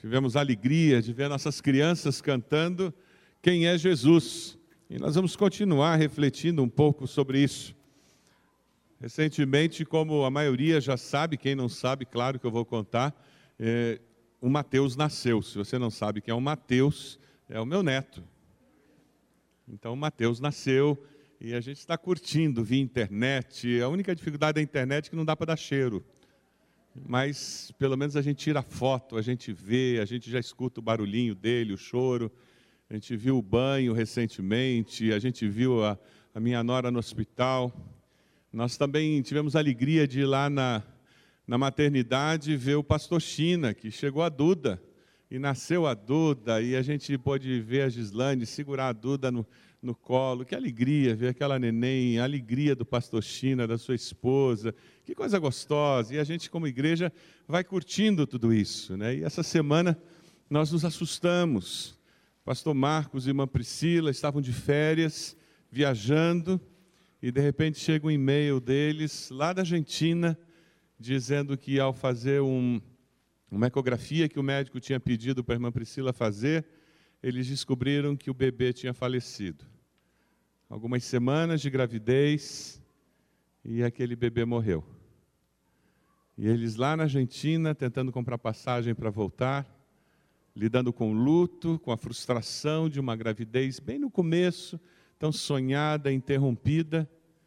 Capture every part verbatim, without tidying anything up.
tivemos a alegria de ver nossas crianças cantando Quem é Jesus? E nós vamos continuar refletindo um pouco sobre isso. Recentemente, como a maioria já sabe, quem não sabe, claro que eu vou contar, é, o Mateus nasceu. Se você não sabe quem é o Mateus, é o meu neto. Então, o Mateus nasceu e a gente está curtindo via internet. A única dificuldade da internet é que não dá para dar cheiro. Mas, pelo menos, a gente tira foto, a gente vê, a gente já escuta o barulhinho dele, o choro. A gente viu o banho recentemente, a gente viu a, a minha nora no hospital. Nós também tivemos a alegria de ir lá na, na maternidade ver o pastor China, que chegou a Duda, e nasceu a Duda, e a gente pôde ver a Gislane, segurar a Duda no, no colo. Que alegria ver aquela neném, a alegria do pastor China, da sua esposa. Que coisa gostosa. E a gente, como igreja, vai curtindo tudo isso, né? E essa semana nós nos assustamos. Pastor Marcos e irmã Priscila estavam de férias, viajando, e de repente chega um e-mail deles, lá da Argentina, dizendo que ao fazer um, uma ecografia que o médico tinha pedido para a irmã Priscila fazer, eles descobriram que o bebê tinha falecido. Algumas semanas de gravidez, e aquele bebê morreu. E eles lá na Argentina, tentando comprar passagem para voltar, lidando com o luto, com a frustração de uma gravidez bem no começo, tão sonhada, interrompida.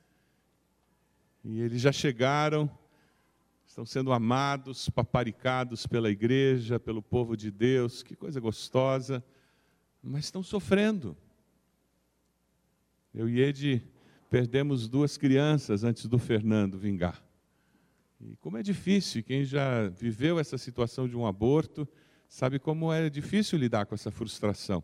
E eles já chegaram, estão sendo amados, paparicados pela igreja, pelo povo de Deus, que coisa gostosa, mas estão sofrendo. Eu e Edi perdemos duas crianças antes do Fernando vingar. E como é difícil, quem já viveu essa situação de um aborto, sabe como é difícil lidar com essa frustração.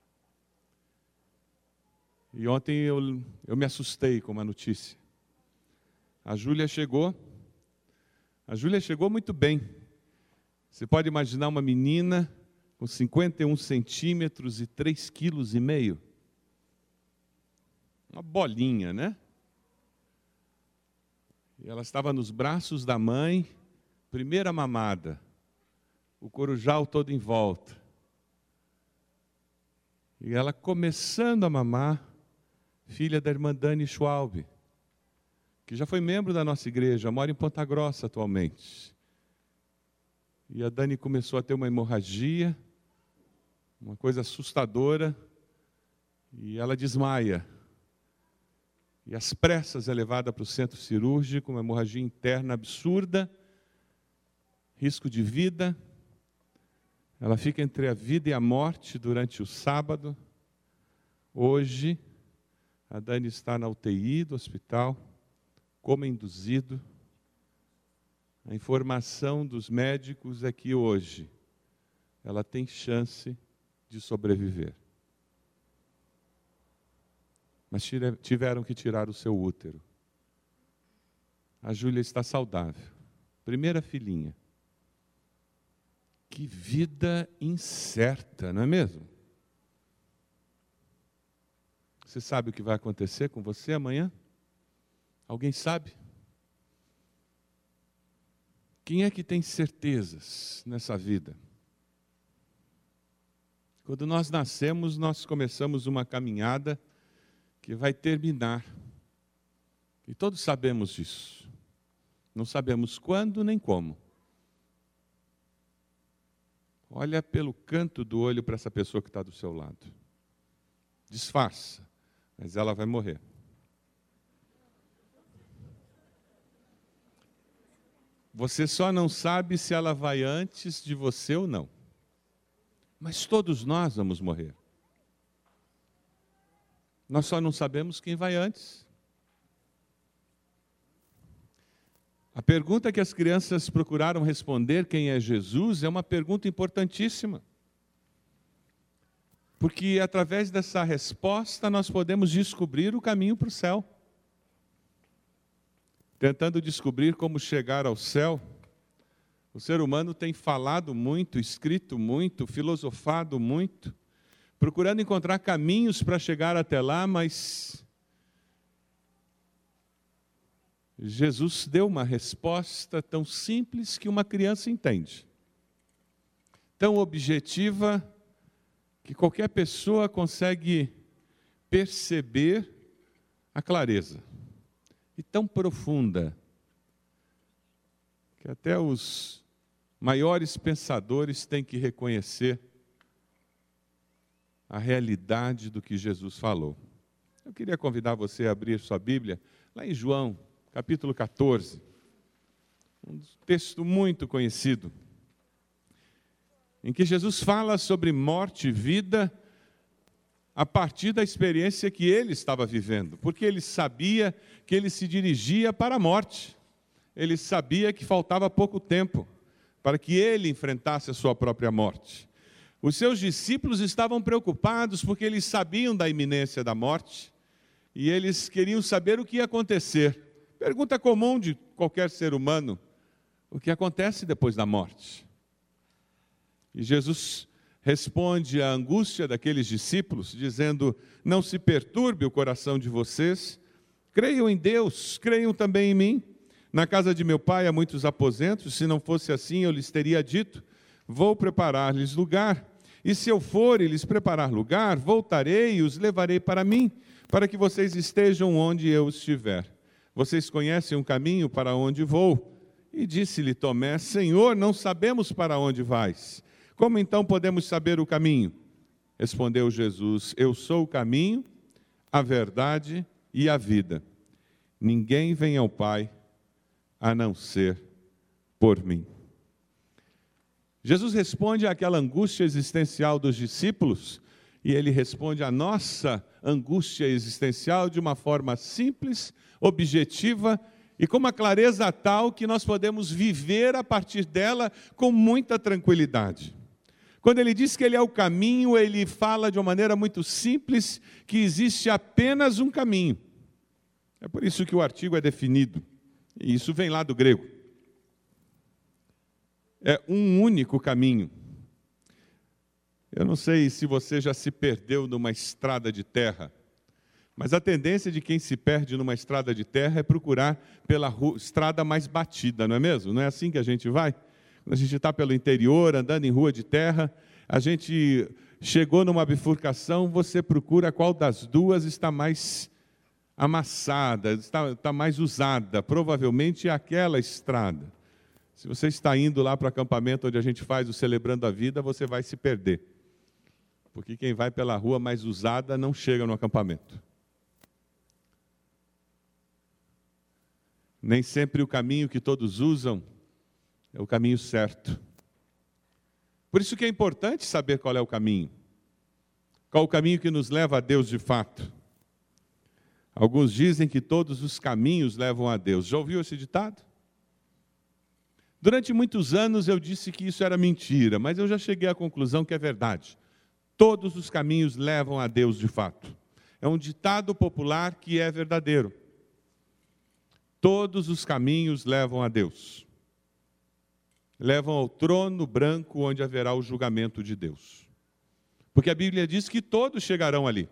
E ontem eu, eu me assustei com uma notícia. A Júlia chegou, a Júlia chegou muito bem. Você pode imaginar uma menina com cinquenta e um centímetros e três quilos e meio? Uma bolinha, né? E ela estava nos braços da mãe, primeira mamada. O corujal todo em volta. E ela começando a mamar, filha da irmã Dani Schwalbe, que já foi membro da nossa igreja, mora em Ponta Grossa atualmente. E a Dani começou a ter uma hemorragia, uma coisa assustadora, e ela desmaia. E às pressas é levada para o centro cirúrgico, uma hemorragia interna absurda, risco de vida. Ela fica entre a vida e a morte durante o sábado. Hoje, a Dani está na U T I do hospital, coma induzido. A informação dos médicos é que hoje ela tem chance de sobreviver. Mas tiveram que tirar o seu útero. A Júlia está saudável. Primeira filhinha. Que vida incerta, não é mesmo? Você sabe o que vai acontecer com você amanhã? Alguém sabe? Quem é que tem certezas nessa vida? Quando nós nascemos, nós começamos uma caminhada que vai terminar. E todos sabemos disso. Não sabemos quando nem como. Olha pelo canto do olho para essa pessoa que está do seu lado. Disfarça, mas ela vai morrer. Você só não sabe se ela vai antes de você ou não. Mas todos nós vamos morrer. Nós só não sabemos quem vai antes. A pergunta que as crianças procuraram responder, quem é Jesus, é uma pergunta importantíssima. Porque através dessa resposta nós podemos descobrir o caminho para o céu. Tentando descobrir como chegar ao céu, o ser humano tem falado muito, escrito muito, filosofado muito, procurando encontrar caminhos para chegar até lá, mas Jesus deu uma resposta tão simples que uma criança entende. tão objetiva que qualquer pessoa consegue perceber a clareza, e tão profunda que até os maiores pensadores têm que reconhecer a realidade do que Jesus falou. Eu queria convidar você a abrir sua Bíblia lá em João, capítulo quatorze, um texto muito conhecido, em que Jesus fala sobre morte e vida a partir da experiência que ele estava vivendo, porque ele sabia que ele se dirigia para a morte, ele sabia que faltava pouco tempo para que ele enfrentasse a sua própria morte. Os seus discípulos estavam preocupados porque eles sabiam da iminência da morte e eles queriam saber o que ia acontecer. Pergunta comum de qualquer ser humano: o que acontece depois da morte? E Jesus responde à angústia daqueles discípulos, dizendo: não se perturbe o coração de vocês, creiam em Deus, creiam também em mim. Na casa de meu pai há muitos aposentos, se não fosse assim eu lhes teria dito, vou preparar-lhes lugar. E se eu for e lhes preparar lugar, voltarei e os levarei para mim, para que vocês estejam onde eu estiver. Vocês conhecem o caminho para onde vou? E disse-lhe Tomé: Senhor, não sabemos para onde vais. Como então podemos saber o caminho? Respondeu Jesus: eu sou o caminho, a verdade e a vida. Ninguém vem ao Pai a não ser por mim. Jesus responde àquela angústia existencial dos discípulos, e ele responde à nossa angústia existencial de uma forma simples, objetiva e com uma clareza tal que nós podemos viver a partir dela com muita tranquilidade. Quando ele diz que ele é o caminho, ele fala de uma maneira muito simples que existe apenas um caminho. É por isso que o artigo é definido, e isso vem lá do grego. É um único caminho. Eu não sei se você já se perdeu numa estrada de terra, mas a tendência de quem se perde numa estrada de terra é procurar pela rua, estrada mais batida, não é mesmo? Não é assim que a gente vai? Quando a gente está pelo interior, andando em rua de terra, a gente chegou numa bifurcação, você procura qual das duas está mais amassada, está, está mais usada. Provavelmente é aquela estrada. Se você está indo lá para o acampamento onde a gente faz o Celebrando a Vida, você vai se perder. Porque quem vai pela rua mais usada não chega no acampamento. Nem sempre o caminho que todos usam é o caminho certo. Por isso que é importante saber qual é o caminho. Qual o caminho que nos leva a Deus de fato. Alguns dizem que todos os caminhos levam a Deus. Já ouviu esse ditado? Durante muitos anos eu disse que isso era mentira, mas eu já cheguei à conclusão que é verdade. Todos os caminhos levam a Deus de fato. É um ditado popular que é verdadeiro. Todos os caminhos levam a Deus. Levam ao trono branco onde haverá o julgamento de Deus. Porque a Bíblia diz que todos chegarão ali.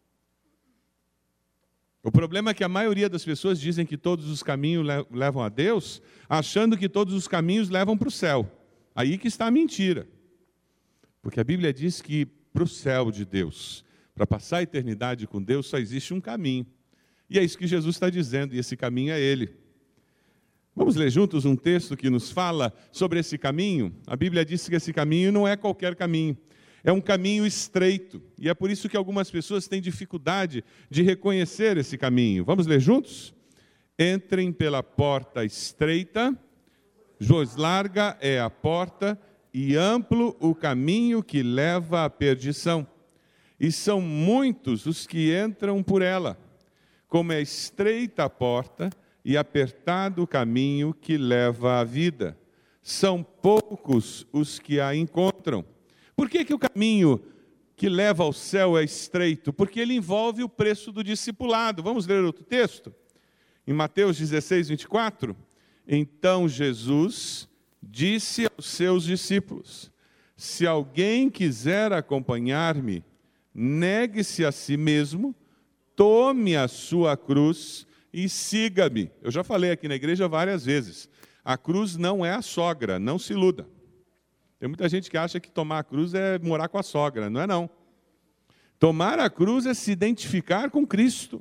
O problema é que a maioria das pessoas dizem que todos os caminhos levam a Deus, achando que todos os caminhos levam para o céu. Aí que está a mentira. Porque a Bíblia diz que para o céu de Deus, para passar a eternidade com Deus, só existe um caminho. E é isso que Jesus está dizendo, e esse caminho é Ele. Vamos ler juntos um texto que nos fala sobre esse caminho? A Bíblia diz que esse caminho não é qualquer caminho. É um caminho estreito, e é por isso que algumas pessoas têm dificuldade de reconhecer esse caminho. Vamos ler juntos? Entrem pela porta estreita, pois larga é a porta e amplo o caminho que leva à perdição. E são muitos os que entram por ela. Como é estreita a porta e apertado o caminho que leva à vida. São poucos os que a encontram. Por que que o caminho que leva ao céu é estreito? Porque ele envolve o preço do discipulado. Vamos ler outro texto? Em Mateus dezesseis, vinte e quatro. Então Jesus disse aos seus discípulos: se alguém quiser acompanhar-me, negue-se a si mesmo, tome a sua cruz e siga-me. Eu já falei aqui na igreja várias vezes. A cruz não é a sogra, não se iluda. Tem muita gente que acha que tomar a cruz é morar com a sogra. Não é não. Tomar a cruz é se identificar com Cristo.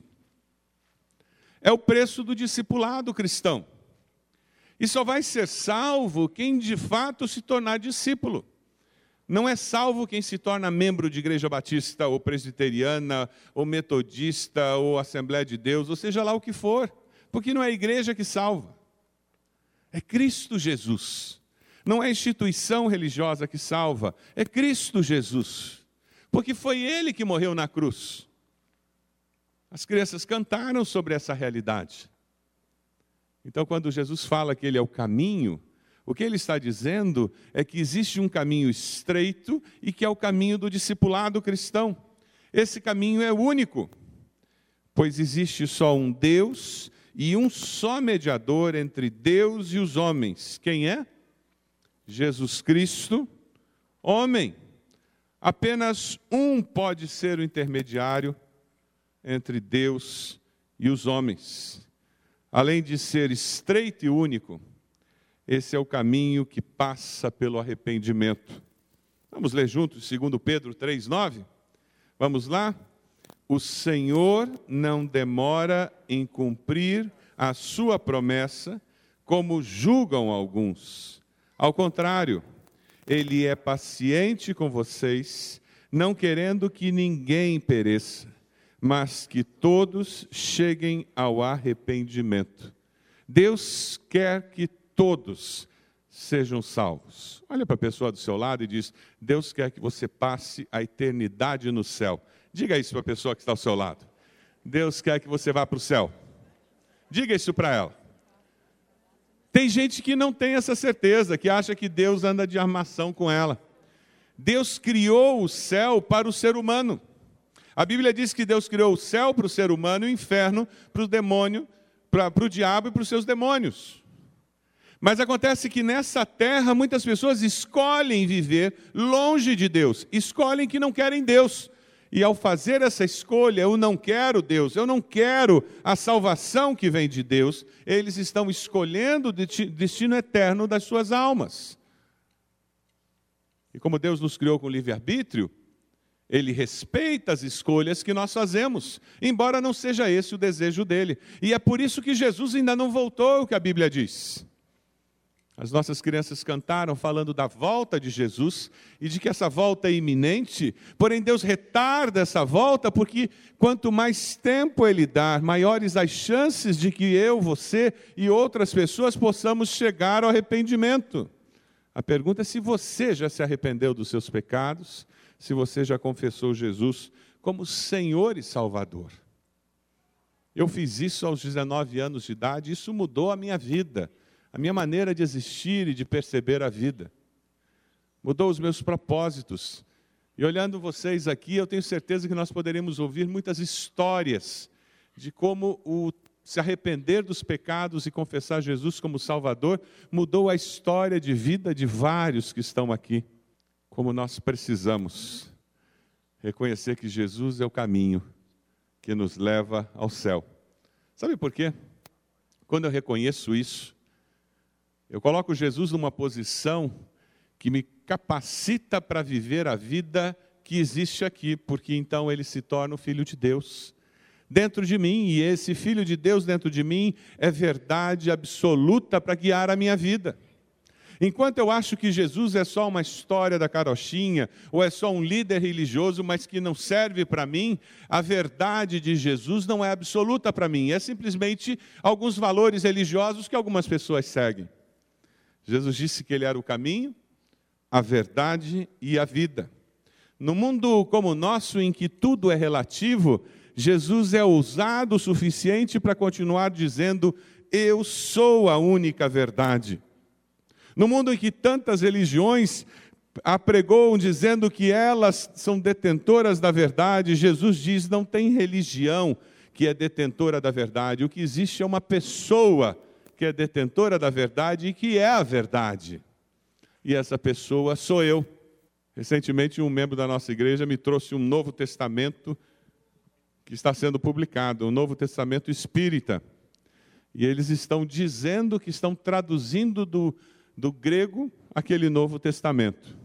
É o preço do discipulado cristão. E só vai ser salvo quem de fato se tornar discípulo. Não é salvo quem se torna membro de igreja batista, ou presbiteriana, ou metodista, ou Assembleia de Deus, ou seja lá o que for. Porque não é a igreja que salva. É Cristo Jesus. Não é a instituição religiosa que salva. É Cristo Jesus. Porque foi Ele que morreu na cruz. As crianças cantaram sobre essa realidade. Então, quando Jesus fala que Ele é o caminho, o que Ele está dizendo é que existe um caminho estreito e que é o caminho do discipulado cristão. Esse caminho é único, pois existe só um Deus e um só mediador entre Deus e os homens. Quem é? Jesus Cristo, homem. Apenas um pode ser o intermediário entre Deus e os homens. Além de ser estreito e único, esse é o caminho que passa pelo arrependimento. Vamos ler juntos, segundo Pedro três, nove? Vamos lá? O Senhor não demora em cumprir a sua promessa, como julgam alguns. Ao contrário, Ele é paciente com vocês, não querendo que ninguém pereça, mas que todos cheguem ao arrependimento. Deus quer que todos sejam salvos. Olha para a pessoa do seu lado e diz: Deus quer que você passe a eternidade no céu. Diga isso para a pessoa que está ao seu lado. Deus quer que você vá para o céu. Diga isso para ela. Tem gente que não tem essa certeza, que acha que Deus anda de armação com ela. Deus criou o céu para o ser humano. A Bíblia diz que Deus criou o céu para o ser humano e o inferno para o demônio, para, para o diabo e para os seus demônios. Mas acontece que nessa terra muitas pessoas escolhem viver longe de Deus, escolhem que não querem Deus. E ao fazer essa escolha, eu não quero Deus, eu não quero a salvação que vem de Deus, eles estão escolhendo o destino eterno das suas almas. E como Deus nos criou com livre-arbítrio, Ele respeita as escolhas que nós fazemos, embora não seja esse o desejo dele. E é por isso que Jesus ainda não voltou, o que a Bíblia diz. As nossas crianças cantaram falando da volta de Jesus e de que essa volta é iminente, porém Deus retarda essa volta porque quanto mais tempo Ele dar, maiores as chances de que eu, você e outras pessoas possamos chegar ao arrependimento. A pergunta é se você já se arrependeu dos seus pecados, se você já confessou Jesus como Senhor e Salvador. Eu fiz isso aos dezenove anos de idade, isso mudou a minha vida. A minha maneira de existir e de perceber a vida. Mudou os meus propósitos. E olhando vocês aqui, eu tenho certeza que nós poderemos ouvir muitas histórias de como o se arrepender dos pecados e confessar Jesus como Salvador mudou a história de vida de vários que estão aqui. Como nós precisamos reconhecer que Jesus é o caminho que nos leva ao céu. Sabe por quê? Quando eu reconheço isso, eu coloco Jesus numa posição que me capacita para viver a vida que existe aqui, porque então Ele se torna o Filho de Deus dentro de mim, e esse Filho de Deus dentro de mim é verdade absoluta para guiar a minha vida. Enquanto eu acho que Jesus é só uma história da carochinha, ou é só um líder religioso, mas que não serve para mim, a verdade de Jesus não é absoluta para mim, é simplesmente alguns valores religiosos que algumas pessoas seguem. Jesus disse que Ele era o caminho, a verdade e a vida. No mundo como o nosso, em que tudo é relativo, Jesus é ousado o suficiente para continuar dizendo: eu sou a única verdade. No mundo em que tantas religiões apregoam dizendo que elas são detentoras da verdade, Jesus diz: não tem religião que é detentora da verdade. O que existe é uma pessoa que é detentora da verdade e que é a verdade. E essa pessoa sou eu. Recentemente, um membro da nossa igreja me trouxe um Novo Testamento que está sendo publicado, um Novo Testamento espírita. E eles estão dizendo que estão traduzindo do, do grego aquele Novo Testamento.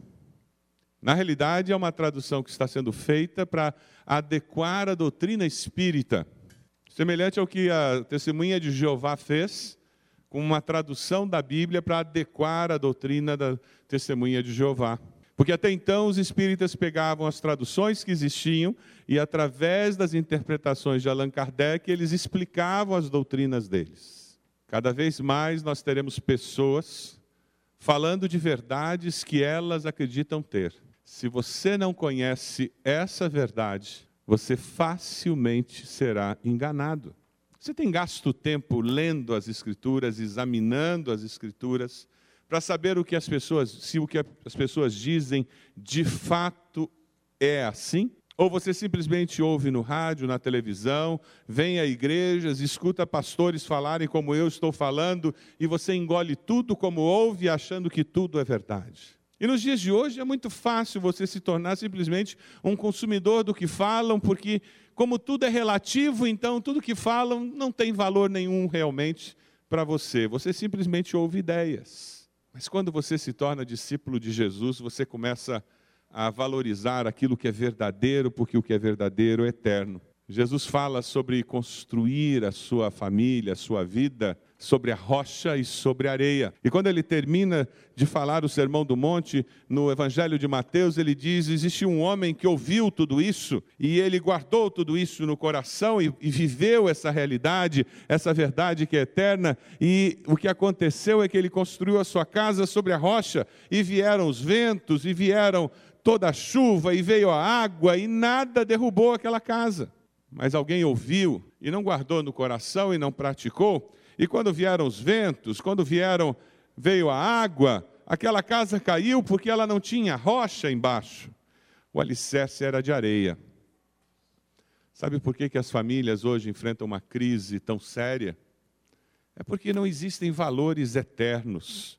Na realidade, é uma tradução que está sendo feita para adequar a doutrina espírita, semelhante ao que a Testemunha de Jeová fez, com uma tradução da Bíblia para adequar a doutrina da Testemunha de Jeová. Porque até então os espíritas pegavam as traduções que existiam e, através das interpretações de Allan Kardec, eles explicavam as doutrinas deles. Cada vez mais nós teremos pessoas falando de verdades que elas acreditam ter. Se você não conhece essa verdade, você facilmente será enganado. Você tem gasto tempo lendo as Escrituras, examinando as Escrituras, para saber o que as pessoas, se o que as pessoas dizem de fato é assim? Ou você simplesmente ouve no rádio, na televisão, vem a igrejas, escuta pastores falarem como eu estou falando, e você engole tudo como ouve, achando que tudo é verdade. E nos dias de hoje é muito fácil você se tornar simplesmente um consumidor do que falam, porque como tudo é relativo, então tudo que falam não tem valor nenhum realmente para você. Você simplesmente ouve ideias. Mas quando você se torna discípulo de Jesus, você começa a valorizar aquilo que é verdadeiro, porque o que é verdadeiro é eterno. Jesus fala sobre construir a sua família, a sua vida, sobre a rocha e sobre a areia. E quando ele termina de falar o Sermão do Monte, no Evangelho de Mateus, ele diz, existe um homem que ouviu tudo isso, e ele guardou tudo isso no coração, e, e viveu essa realidade, essa verdade que é eterna, e o que aconteceu é que ele construiu a sua casa sobre a rocha, e vieram os ventos, e vieram toda a chuva, e veio a água, e nada derrubou aquela casa. Mas alguém ouviu e não guardou no coração e não praticou, e quando vieram os ventos, quando vieram, veio a água, aquela casa caiu porque ela não tinha rocha embaixo. O alicerce era de areia. Sabe por que que as famílias hoje enfrentam uma crise tão séria? É porque não existem valores eternos,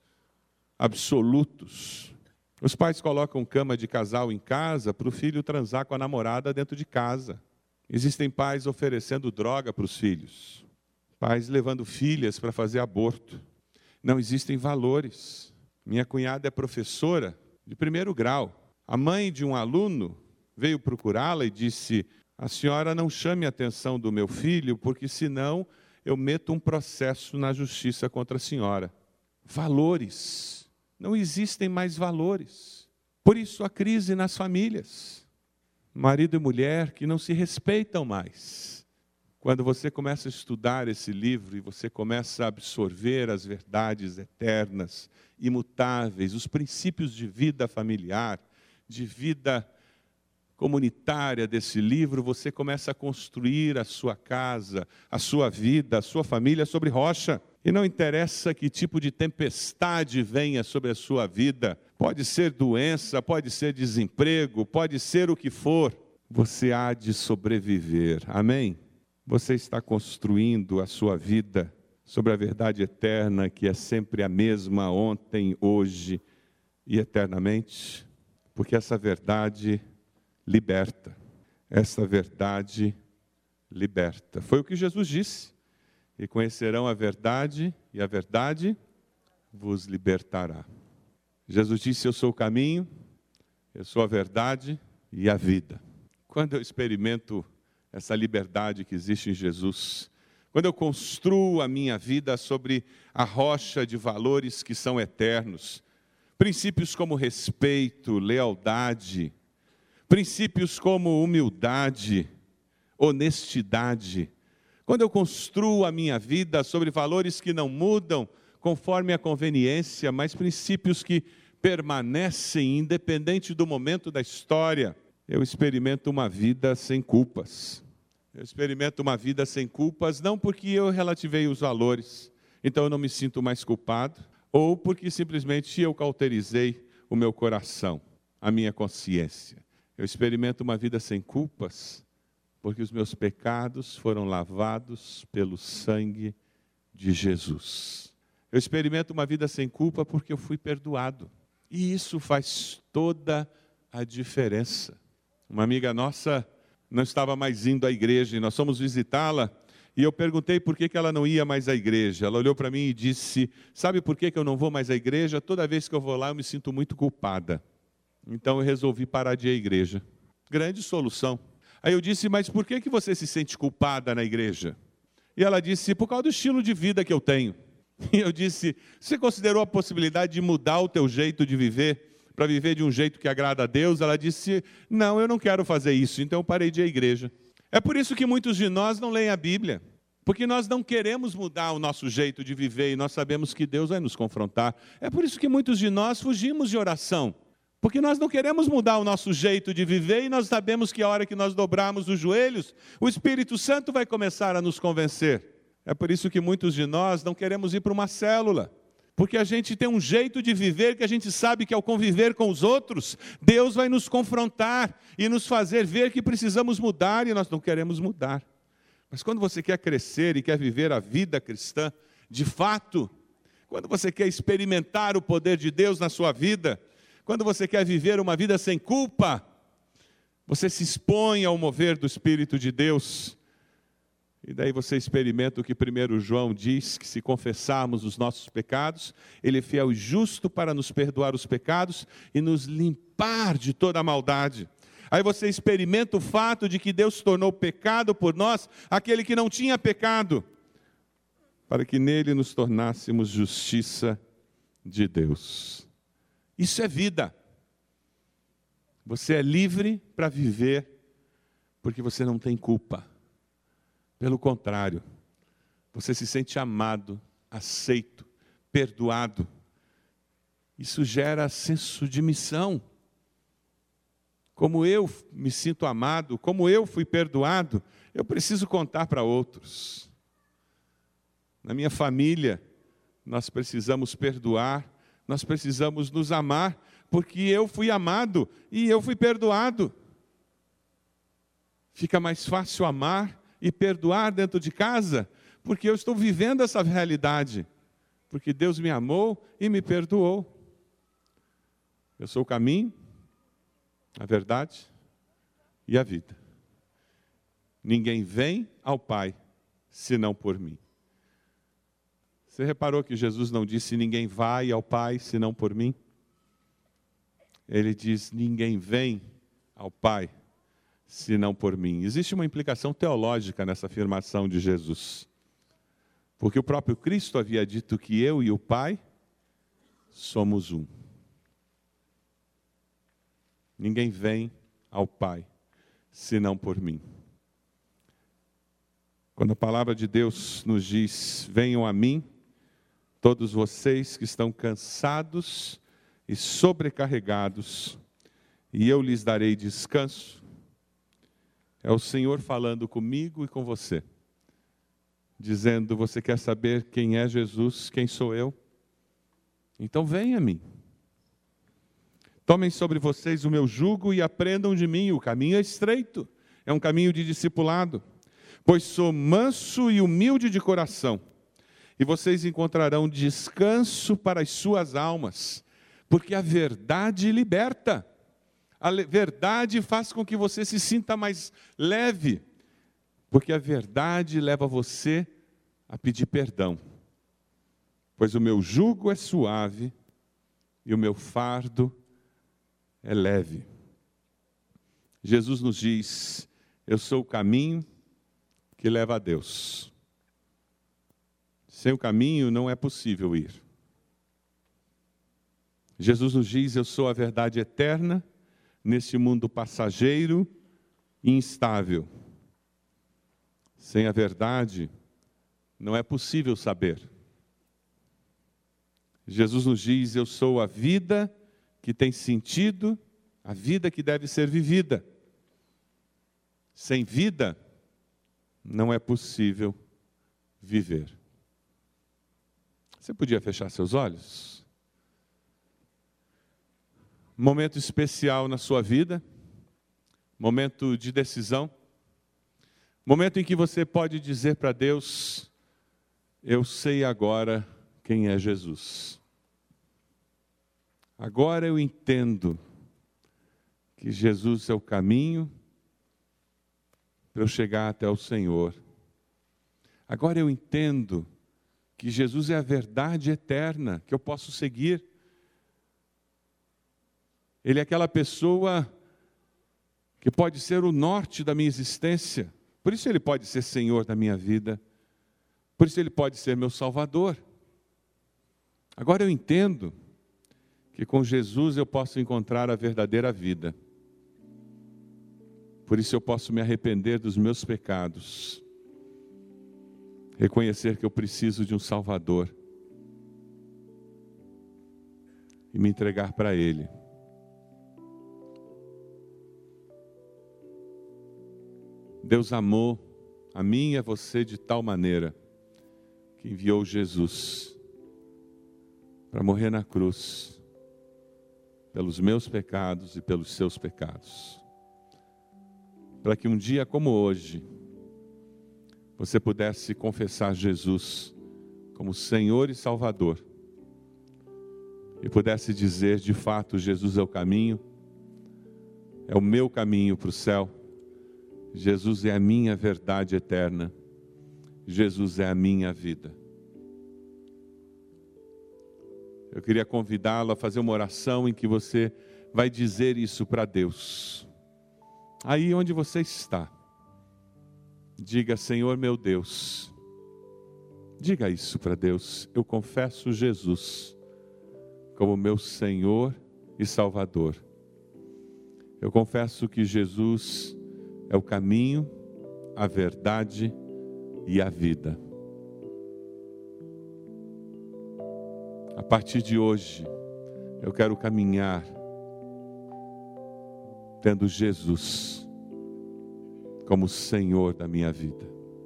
absolutos. Os pais colocam cama de casal em casa para o filho transar com a namorada dentro de casa. Existem pais oferecendo droga para os filhos. Pais levando filhas para fazer aborto. Não existem valores. Minha cunhada é professora de primeiro grau. A mãe de um aluno veio procurá-la e disse, a senhora não chame a atenção do meu filho, porque senão eu meto um processo na justiça contra a senhora. Valores. Não existem mais valores. Por isso a crise nas famílias. Marido e mulher que não se respeitam mais. Quando você começa a estudar esse livro e você começa a absorver as verdades eternas, imutáveis, os princípios de vida familiar, de vida comunitária desse livro, você começa a construir a sua casa, a sua vida, a sua família sobre rocha. E não interessa que tipo de tempestade venha sobre a sua vida, pode ser doença, pode ser desemprego, pode ser o que for, você há de sobreviver, amém? Você está construindo a sua vida sobre a verdade eterna, que é sempre a mesma ontem, hoje e eternamente, porque essa verdade liberta, essa verdade liberta. Foi o que Jesus disse. E conhecerão a verdade, e a verdade vos libertará. Jesus disse, eu sou o caminho, eu sou a verdade e a vida. Quando eu experimento essa liberdade que existe em Jesus, quando eu construo a minha vida sobre a rocha de valores que são eternos, princípios como respeito, lealdade, princípios como humildade, honestidade, quando eu construo a minha vida sobre valores que não mudam conforme a conveniência, mas princípios que permanecem independente do momento da história, eu experimento uma vida sem culpas. Eu experimento uma vida sem culpas, não porque eu relativei os valores, então eu não me sinto mais culpado, ou porque simplesmente eu cauterizei o meu coração, a minha consciência. Eu experimento uma vida sem culpas, porque os meus pecados foram lavados pelo sangue de Jesus. Eu experimento uma vida sem culpa porque eu fui perdoado. E isso faz toda a diferença. Uma amiga nossa não estava mais indo à igreja, e nós fomos visitá-la, E eu perguntei por que que ela não ia mais à igreja. Ela olhou para mim e disse, sabe por que que eu não vou mais à igreja? Toda vez que eu vou lá eu me sinto muito culpada. Então eu resolvi parar de ir à igreja. Grande solução. Aí eu disse, mas por que que você se sente culpada na igreja? E ela disse, por causa do estilo de vida que eu tenho. E eu disse, você considerou a possibilidade de mudar o teu jeito de viver, para viver de um jeito que agrada a Deus? Ela disse, não, eu não quero fazer isso, então eu parei de ir à igreja. É por isso que muitos de nós não leem a Bíblia, porque nós não queremos mudar o nosso jeito de viver e nós sabemos que Deus vai nos confrontar. É por isso que muitos de nós fugimos de oração, porque nós não queremos mudar o nosso jeito de viver e nós sabemos que a hora que nós dobrarmos os joelhos, o Espírito Santo vai começar a nos convencer. É por isso que muitos de nós não queremos ir para uma célula, porque a gente tem um jeito de viver que a gente sabe que ao conviver com os outros, Deus vai nos confrontar e nos fazer ver que precisamos mudar e nós não queremos mudar. Mas quando você quer crescer e quer viver a vida cristã, de fato, quando você quer experimentar o poder de Deus na sua vida, quando você quer viver uma vida sem culpa, você se expõe ao mover do Espírito de Deus. E daí você experimenta o que primeiro João diz, que se confessarmos os nossos pecados, Ele é fiel e justo para nos perdoar os pecados e nos limpar de toda a maldade. Aí você experimenta o fato de que Deus tornou pecado por nós aquele que não tinha pecado, para que nele nos tornássemos justiça de Deus. Isso é vida. Você é livre para viver, porque você não tem culpa. Pelo contrário, você se sente amado, aceito, perdoado. Isso gera senso de missão. Como eu me sinto amado, como eu fui perdoado, eu preciso contar para outros. Na minha família, nós precisamos perdoar, nós precisamos nos amar, porque eu fui amado e eu fui perdoado. Fica mais fácil amar e perdoar dentro de casa, porque eu estou vivendo essa realidade, porque Deus me amou e me perdoou. Eu sou o caminho, a verdade e a vida. Ninguém vem ao Pai, senão por mim. Você reparou que Jesus não disse, ninguém vai ao Pai, senão por mim? Ele diz, ninguém vem ao Pai, senão por mim. Existe uma implicação teológica nessa afirmação de Jesus. Porque o próprio Cristo havia dito que eu e o Pai somos um. Ninguém vem ao Pai, senão por mim. Quando a palavra de Deus nos diz, venham a mim, todos vocês que estão cansados e sobrecarregados, e eu lhes darei descanso, é o Senhor falando comigo e com você, dizendo, você quer saber quem é Jesus, quem sou eu? Então venha a mim. Tomem sobre vocês o meu jugo e aprendam de mim, o caminho é estreito, é um caminho de discipulado, pois sou manso e humilde de coração, e vocês encontrarão descanso para as suas almas, porque a verdade liberta. A verdade faz com que você se sinta mais leve, porque a verdade leva você a pedir perdão. Pois o meu jugo é suave e o meu fardo é leve. Jesus nos diz, eu sou o caminho que leva a Deus. Sem o caminho não é possível ir. Jesus nos diz, eu sou a verdade eterna, neste mundo passageiro e instável. Sem a verdade, não é possível saber. Jesus nos diz, eu sou a vida que tem sentido, a vida que deve ser vivida. Sem vida, não é possível viver. Você podia fechar seus olhos? Momento especial na sua vida, momento de decisão, momento em que você pode dizer para Deus, eu sei agora quem é Jesus. Agora eu entendo que Jesus é o caminho para eu chegar até o Senhor. Agora eu entendo que Jesus é a verdade eterna, que eu posso seguir. Ele é aquela pessoa que pode ser o norte da minha existência. Por isso ele pode ser Senhor da minha vida. Por isso ele pode ser meu Salvador. Agora eu entendo que com Jesus eu posso encontrar a verdadeira vida. Por isso eu posso me arrepender dos meus pecados. Reconhecer que eu preciso de um Salvador. E me entregar para Ele. Deus amou a mim e a você de tal maneira que enviou Jesus para morrer na cruz pelos meus pecados e pelos seus pecados. Para que um dia como hoje você pudesse confessar Jesus como Senhor e Salvador e pudesse dizer, de fato, Jesus é o caminho, é o meu caminho para o céu. Jesus é a minha verdade eterna. Jesus é a minha vida. Eu queria convidá-lo a fazer uma oração em que você vai dizer isso para Deus. Aí onde você está, diga: Senhor meu Deus. Diga isso para Deus: eu confesso Jesus como meu Senhor e Salvador. Eu confesso que Jesus é o caminho, a verdade e a vida. A partir de hoje, eu quero caminhar tendo Jesus como Senhor da minha vida.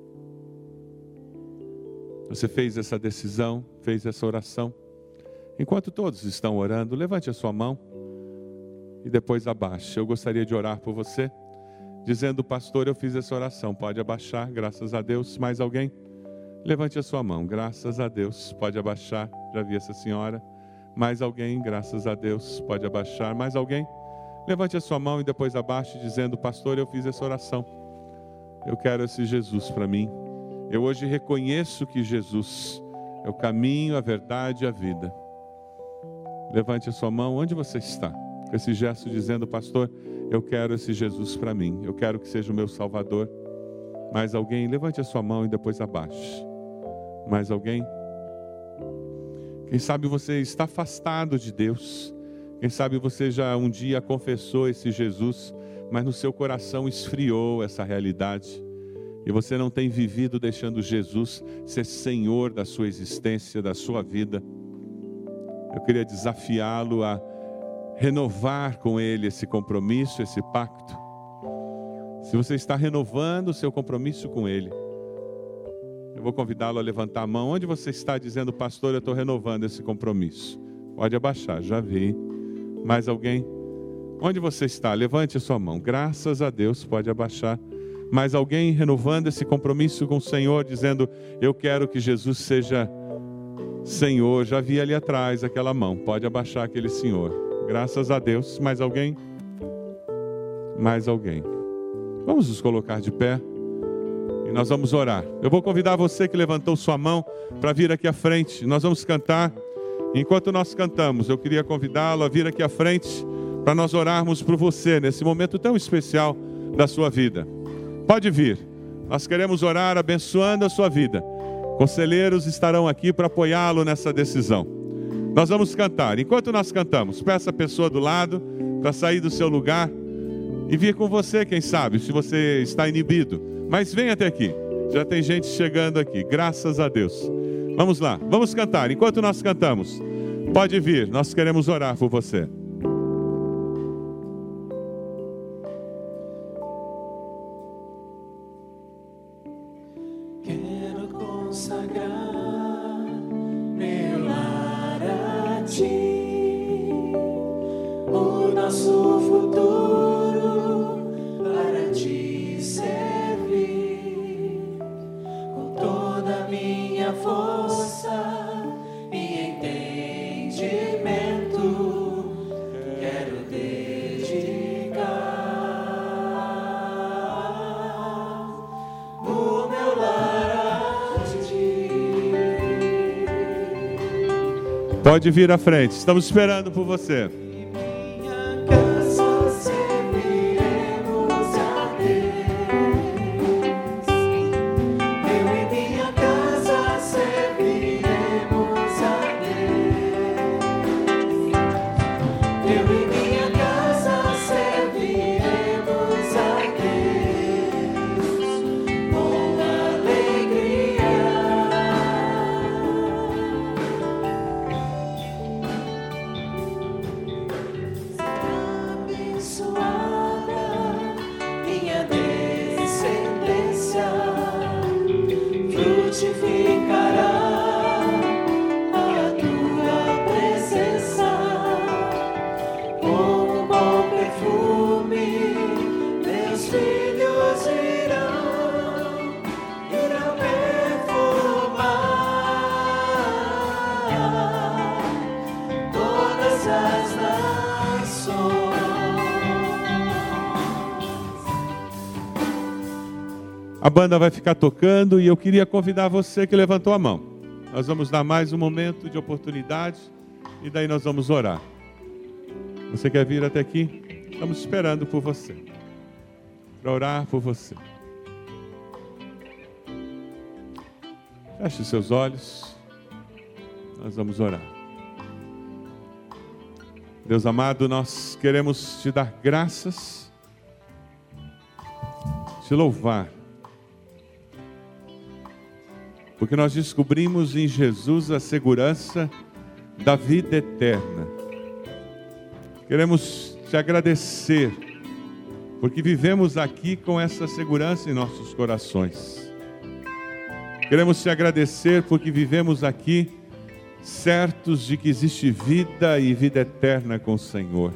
Você fez essa decisão, fez essa oração? Enquanto todos estão orando, levante a sua mão e depois abaixe. Eu gostaria de orar por você, dizendo: pastor, eu fiz essa oração. Pode abaixar, graças a Deus. Mais alguém? Levante a sua mão, graças a Deus. Pode abaixar, já vi essa senhora. Mais alguém? Graças a Deus. Pode abaixar. Mais alguém? Levante a sua mão e depois abaixe, dizendo: pastor, eu fiz essa oração. Eu quero esse Jesus para mim. Eu hoje reconheço que Jesus é o caminho, a verdade e a vida. Levante a sua mão onde você está, com esse gesto dizendo: pastor, eu quero esse Jesus para mim. Eu quero que seja o meu Salvador. Mais alguém? Levante a sua mão e depois abaixe. Mais alguém? Quem sabe você está afastado de Deus. Quem sabe você já um dia confessou esse Jesus, mas no seu coração esfriou essa realidade. E você não tem vivido deixando Jesus ser Senhor da sua existência, da sua vida. Eu queria desafiá-lo a renovar com Ele esse compromisso, esse pacto. Se você está renovando o seu compromisso com Ele, eu vou convidá-lo a levantar a mão. Onde você está dizendo: pastor, eu estou renovando esse compromisso? Pode abaixar, já vi. Mais alguém? Onde você está? Levante a sua mão. Graças a Deus, pode abaixar. Mais alguém renovando esse compromisso com o Senhor, dizendo: eu quero que Jesus seja Senhor. Já vi ali atrás aquela mão. Pode abaixar aquele senhor. Graças a Deus. Mais alguém? Mais alguém? Vamos nos colocar de pé e nós vamos orar. Eu vou convidar você que levantou sua mão para vir aqui à frente. Nós vamos cantar. Enquanto nós cantamos, eu queria convidá-lo a vir aqui à frente para nós orarmos por você nesse momento tão especial da sua vida. Pode vir. Nós queremos orar abençoando a sua vida. Conselheiros estarão aqui para apoiá-lo nessa decisão. Nós vamos cantar. Enquanto nós cantamos, peça a pessoa do lado para sair do seu lugar e vir com você, quem sabe, se você está inibido. Mas vem até aqui. Já tem gente chegando aqui. Graças a Deus. Vamos lá. Vamos cantar. Enquanto nós cantamos, pode vir. Nós queremos orar por você. Pode vir à frente, estamos esperando por você. A banda vai ficar tocando e eu queria convidar você que levantou a mão. Nós vamos dar mais um momento de oportunidade e daí nós vamos orar. Você quer vir até aqui? Estamos esperando por você, para orar por você. Feche os seus olhos, nós vamos orar. Deus amado, nós queremos te dar graças, te louvar, porque nós descobrimos em Jesus a segurança da vida eterna. Queremos te agradecer, porque vivemos aqui com essa segurança em nossos corações. Queremos te agradecer porque vivemos aqui certos de que existe vida e vida eterna com o Senhor.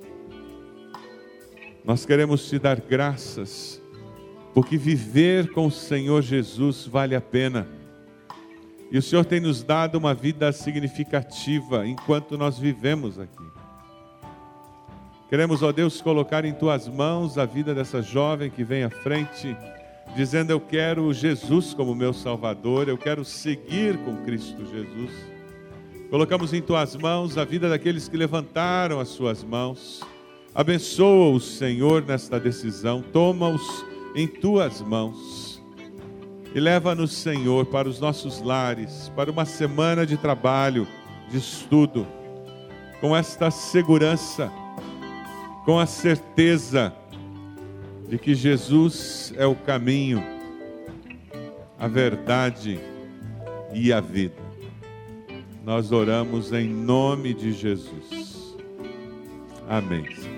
Nós queremos te dar graças, porque viver com o Senhor Jesus vale a pena. E o Senhor tem nos dado uma vida significativa enquanto nós vivemos aqui. Queremos, ó Deus, colocar em Tuas mãos a vida dessa jovem que vem à frente, dizendo: eu quero Jesus como meu Salvador, eu quero seguir com Cristo Jesus. Colocamos em Tuas mãos a vida daqueles que levantaram as suas mãos. Abençoa-os, Senhor, nesta decisão, toma-os em Tuas mãos. E leva-nos, Senhor, para os nossos lares, para uma semana de trabalho, de estudo, com esta segurança, com a certeza de que Jesus é o caminho, a verdade e a vida. Nós oramos em nome de Jesus. Amém.